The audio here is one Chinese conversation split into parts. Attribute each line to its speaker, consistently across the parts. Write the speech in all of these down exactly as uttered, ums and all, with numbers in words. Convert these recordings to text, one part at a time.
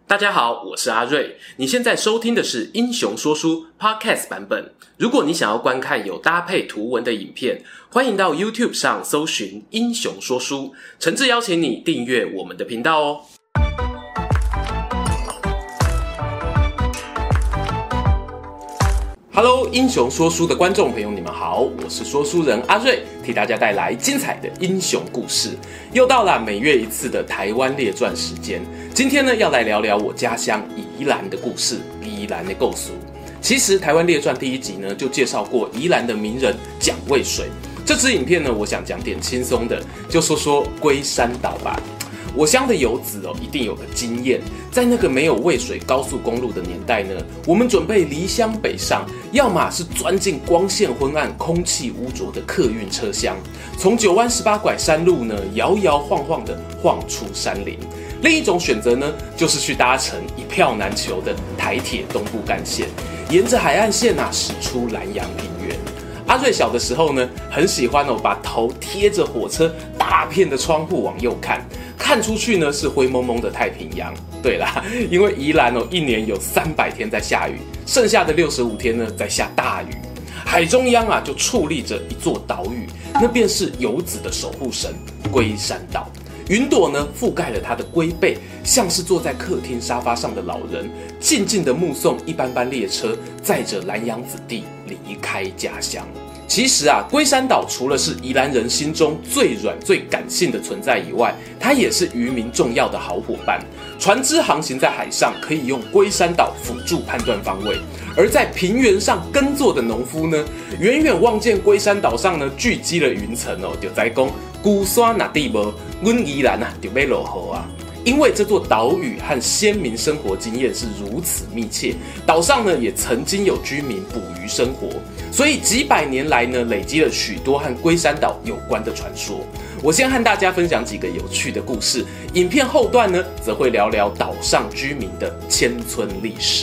Speaker 1: 大家好，我是阿瑞。你现在收听的是英雄说书 Podcast 版本。如果你想要观看有搭配图文的影片，欢迎到 YouTube 上搜寻英雄说书，诚挚邀请你订阅我们的频道哦。Hello， 英雄说书的观众朋友，你们好，我是说书人阿瑞，替大家带来精彩的英雄故事。又到了每月一次的台湾列传时间，今天呢要来聊聊我家乡宜兰的故事，宜兰的故事。其实台湾列传第一集呢就介绍过宜兰的名人蒋渭水，这支影片呢我想讲点轻松的，就说说龟山岛吧。我乡的游子哦，一定有个经验，在那个没有渭水高速公路的年代呢，我们准备离乡北上，要么是钻进光线昏暗、空气污浊的客运车厢，从九弯十八拐山路呢，摇摇晃晃的晃出山林；另一种选择呢，就是去搭乘一票难求的台铁东部干线，沿着海岸线啊，驶出南洋平原。阿瑞小的时候呢，很喜欢哦，把头贴着火车大片的窗户往右看，看出去呢是灰蒙蒙的太平洋。对啦，因为宜兰哦一年有三百天在下雨，剩下的六十五天呢在下大雨。海中央啊就矗立着一座岛屿，那便是游子的守护神龟山岛。云朵呢覆盖了他的龟背，像是坐在客厅沙发上的老人，静静地目送一班班列车载着南洋子弟离开家乡。其实啊，龟山岛除了是宜兰人心中最软最感性的存在以外，它也是渔民重要的好伙伴。船只航行在海上，可以用龟山岛辅助判断方位；而在平原上耕作的农夫呢，远远望见龟山岛上呢聚集了云层哦，就知讲龟山哪地无，阮宜兰啊就要落雨啊。因为这座岛屿和先民生活经验是如此密切，岛上呢也曾经有居民捕鱼生活，所以几百年来呢累积了许多和龟山岛有关的传说。我先和大家分享几个有趣的故事，影片后段呢则会聊聊岛上居民的迁村历史。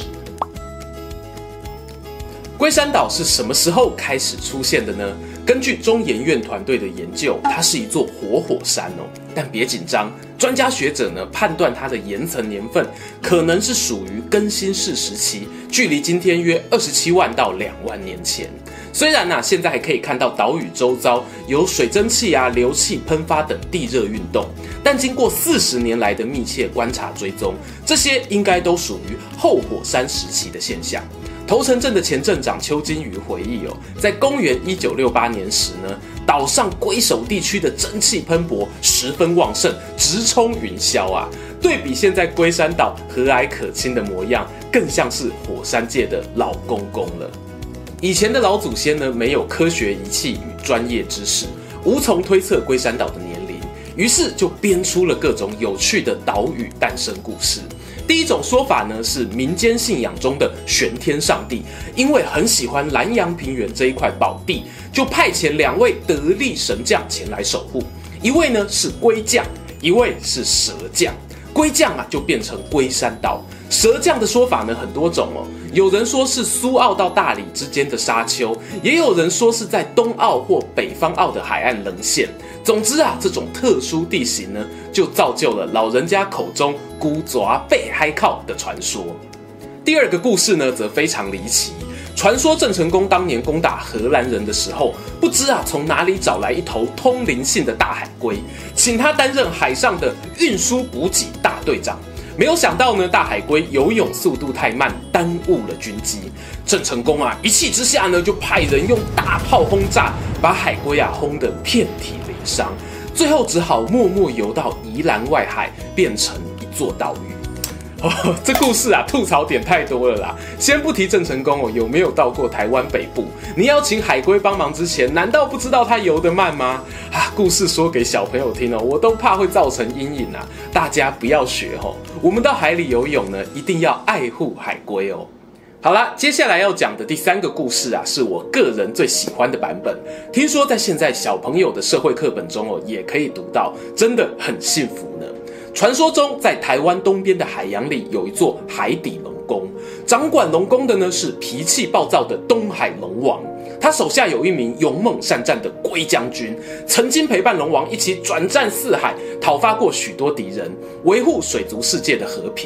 Speaker 1: 龟山岛是什么时候开始出现的呢？根据中研院团队的研究，它是一座活火山哦。但别紧张，专家学者呢判断它的岩层年份可能是属于更新世时期，距离今天约二十七万到两万年前。虽然啊现在还可以看到岛屿周遭有水蒸气啊、硫气喷发等地热运动，但经过四十年来的密切观察追踪，这些应该都属于后火山时期的现象。头城镇的前镇长邱金鱼回忆哦，在公元一九六八年时呢，岛上龟首地区的蒸汽喷薄，十分旺盛，直冲云霄啊！对比现在龟山岛和蔼可亲的模样，更像是火山界的老公公了。以前的老祖先呢，没有科学仪器与专业知识，无从推测龟山岛的年龄，于是就编出了各种有趣的岛屿诞生故事。第一种说法呢是民间信仰中的玄天上帝，因为很喜欢南洋平原这一块宝地，就派遣两位得力神将前来守护，一位呢是龟将，一位是蛇将。龟将啊就变成龟山岛，蛇将的说法呢很多种哦，有人说是苏澳到大理之间的沙丘，也有人说是在东澳或北方澳的海岸棱线。总之啊，这种特殊地形呢，就造就了老人家口中孤爪背海靠的传说。第二个故事呢，则非常离奇。传说郑成功当年攻打荷兰人的时候，不知啊从哪里找来一头通灵性的大海龟，请他担任海上的运输补给大队长。没有想到呢，大海龟游泳速度太慢，耽误了军机。郑成功啊，一气之下呢，就派人用大炮轰炸，把海龟啊轰得遍体鳞伤，最后只好默默游到宜兰外海，变成一座岛屿。哦，这故事啊，吐槽点太多了啦。先不提郑成功哦，有没有到过台湾北部？你要请海龟帮忙之前，难道不知道它游得慢吗？啊，故事说给小朋友听哦，我都怕会造成阴影啊。大家不要学哦。我们到海里游泳呢，一定要爱护海龟哦。好啦，接下来要讲的第三个故事啊，是我个人最喜欢的版本。听说在现在小朋友的社会课本中哦，也可以读到，真的很幸福呢。传说中，在台湾东边的海洋里有一座海底龙宫，掌管龙宫的呢是脾气暴躁的东海龙王，他手下有一名勇猛善战的龟将军，曾经陪伴龙王一起转战四海，讨伐过许多敌人，维护水族世界的和平。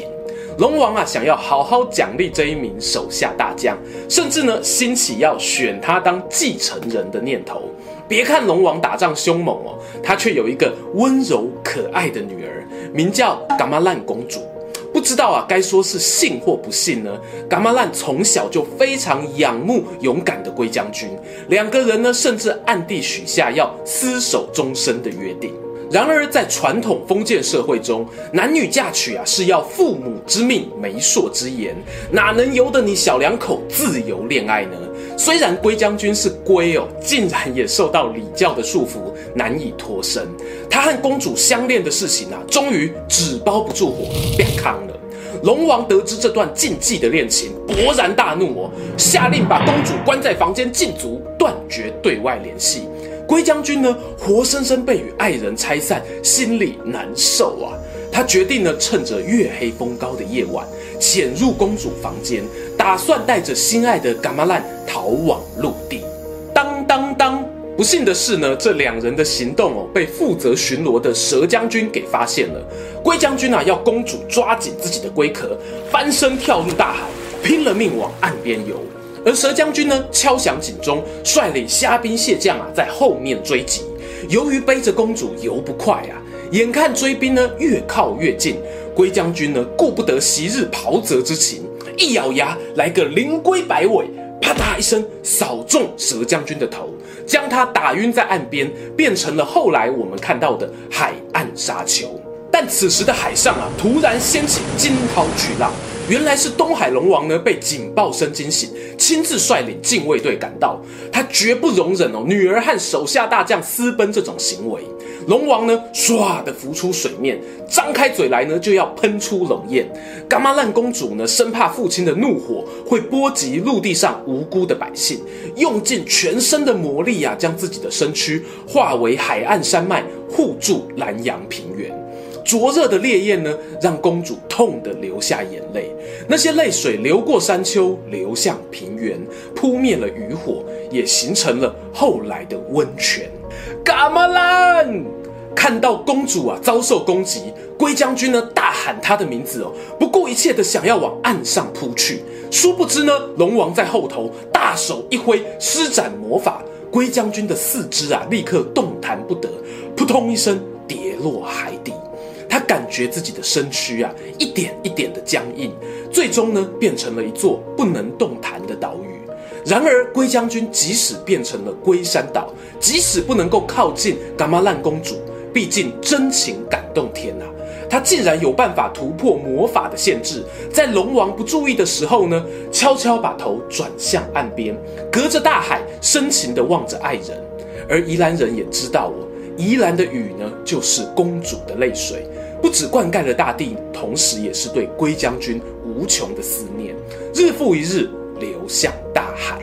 Speaker 1: 龙王啊想要好好奖励这一名手下大将，甚至呢兴起要选他当继承人的念头。别看龙王打仗凶猛哦，他却有一个温柔可爱的女儿，名叫噶玛兰公主。不知道啊，该说是信或不信呢？噶玛兰从小就非常仰慕勇敢的龟将军，两个人呢甚至暗地许下要厮守终身的约定。然而，在传统封建社会中，男女嫁娶啊是要父母之命、媒妁之言，哪能由得你小两口自由恋爱呢？虽然龟将军是龟哦，竟然也受到礼教的束缚，难以脱身。他和公主相恋的事情啊，终于纸包不住火，变康了。龙王得知这段禁忌的恋情，勃然大怒哦，下令把公主关在房间禁足，断绝对外联系。龟将军呢，活生生被与爱人拆散，心里难受啊。他决定呢，趁着月黑风高的夜晚，潜入公主房间，打算带着心爱的噶玛兰逃往陆地。当当当！不幸的是呢，这两人的行动哦，被负责巡逻的蛇将军给发现了。龟将军啊，要公主抓紧自己的龟壳，翻身跳入大海，拼了命往岸边游。而蛇将军呢，敲响警钟，率领虾兵蟹将啊，在后面追击。由于背着公主游不快啊，眼看追兵呢越靠越近，龟将军呢顾不得昔日袍泽之情，一咬牙来个灵龟摆尾，啪嗒一声扫中蛇将军的头，将他打晕在岸边，变成了后来我们看到的海岸沙丘。但此时的海上啊，突然掀起惊涛巨浪。原来是东海龙王呢被警报声惊醒，亲自率领禁卫队赶到。他绝不容忍哦女儿和手下大将私奔这种行为。龙王呢唰的浮出水面，张开嘴来呢就要喷出龙焰。噶玛兰公主呢生怕父亲的怒火会波及陆地上无辜的百姓，用尽全身的魔力啊，将自己的身躯化为海岸山脉，护住南洋平原。灼热的烈焰呢，让公主痛得流下眼泪。那些泪水流过山丘，流向平原，扑灭了渔火，也形成了后来的温泉。噶玛兰看到公主啊遭受攻击，龟将军呢大喊她的名字哦，不顾一切的想要往岸上扑去。殊不知呢，龙王在后头大手一挥，施展魔法，龟将军的四肢啊立刻动弹不得，扑通一声跌落海底。他感觉自己的身躯啊，一点一点的僵硬，最终呢，变成了一座不能动弹的岛屿。然而，龟将军即使变成了龟山岛，即使不能够靠近噶玛兰公主，毕竟真情感动天啊，他竟然有办法突破魔法的限制，在龙王不注意的时候呢，悄悄把头转向岸边，隔着大海深情地望着爱人。而宜兰人也知道哦，宜兰的雨呢，就是公主的泪水。不只灌溉了大地，同时也是对龟将军无穷的思念，日复一日流向大海。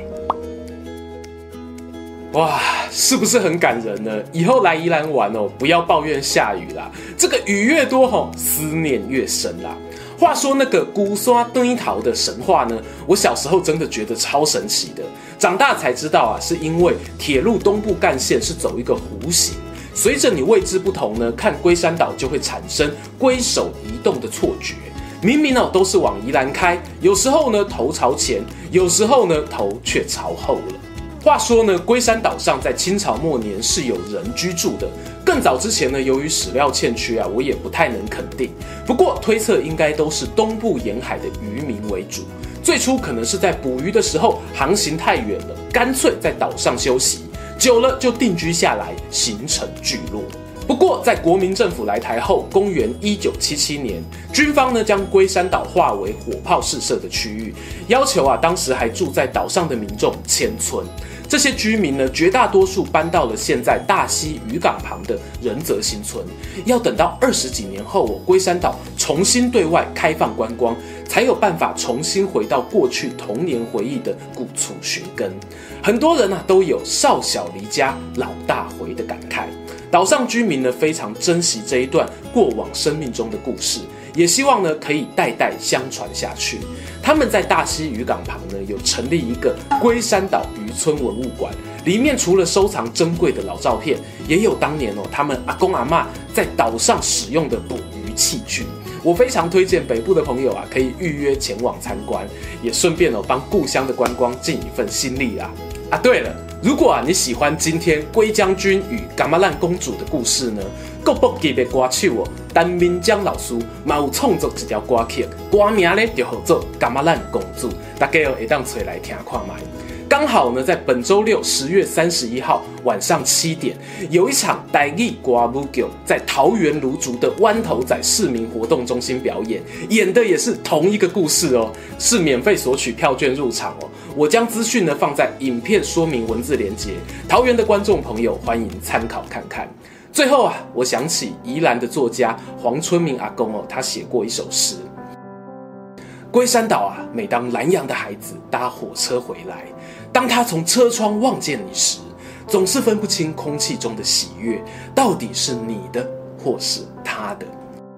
Speaker 1: 哇，是不是很感人呢？以后来宜兰玩哦，不要抱怨下雨啦，这个雨越多吼，思念越深啦。话说那个孤刷灯桃的神话呢，我小时候真的觉得超神奇的，长大才知道啊，是因为铁路东部干线是走一个弧形。随着你位置不同呢，看龟山岛就会产生龟首移动的错觉。明明哦都是往宜兰开，有时候呢头朝前，有时候呢头却朝后了。话说呢，龟山岛上在清朝末年是有人居住的。更早之前呢，由于史料欠缺啊，我也不太能肯定。不过推测应该都是东部沿海的渔民为主。最初可能是在捕鱼的时候航行太远了，干脆在岛上休息。久了就定居下来，形成聚落。不过，在国民政府来台后，公元一九七七年，军方呢将龟山岛划为火炮试射的区域，要求啊当时还住在岛上的民众迁村。这些居民呢，绝大多数搬到了现在大溪渔港旁的仁泽新村。要等到二十几年后，哦，龟山岛重新对外开放观光，才有办法重新回到过去童年回忆的古厝寻根。很多人啊都有少小离家老大回的感慨。岛上居民呢非常珍惜这一段过往生命中的故事，也希望呢可以代代相传下去。他们在大溪渔港旁呢有成立一个龟山岛渔村文物馆，里面除了收藏珍贵的老照片，也有当年哦他们阿公阿嬷在岛上使用的捕鱼器具。 我非常推荐北部的朋友啊，可以预约前往参观，也顺便哦帮故乡的观光尽一份心力啦。啊，对了，如果啊你喜欢今天龟将军与噶玛兰公主的故事呢，国宝级的歌手哦，陈明江老师嘛有创作一条歌曲，歌名呢就叫做《噶玛兰公主》，大家哦会当找来听看卖。刚好呢，在本周六十月三十一号晚上七点，有一场台语歌舞剧在桃园芦竹的湾头仔市民活动中心表演，演的也是同一个故事哦，是免费索取票券入场哦。我将资讯呢放在影片说明文字连结，桃园的观众朋友欢迎参考看看。最后啊，我想起宜兰的作家黄春明阿公哦，他写过一首诗。龟山岛啊，每当南洋的孩子搭火车回来，当他从车窗望见你时，总是分不清空气中的喜悦到底是你的或是他的。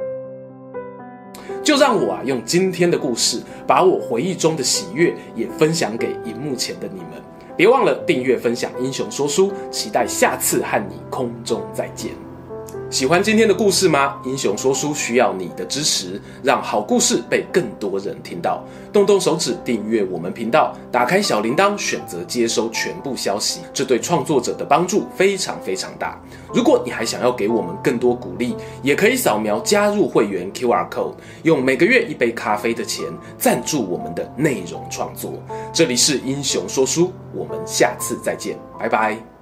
Speaker 1: 就让我啊用今天的故事，把我回忆中的喜悦也分享给荧幕前的你们。别忘了订阅、分享英雄说书，期待下次和你空中再见。喜欢今天的故事吗？英雄说书需要你的支持，让好故事被更多人听到。动动手指订阅我们频道，打开小铃铛，选择接收全部消息，这对创作者的帮助非常非常大。如果你还想要给我们更多鼓励，也可以扫描加入会员 Q R code， 用每个月一杯咖啡的钱赞助我们的内容创作。这里是英雄说书，我们下次再见，拜拜。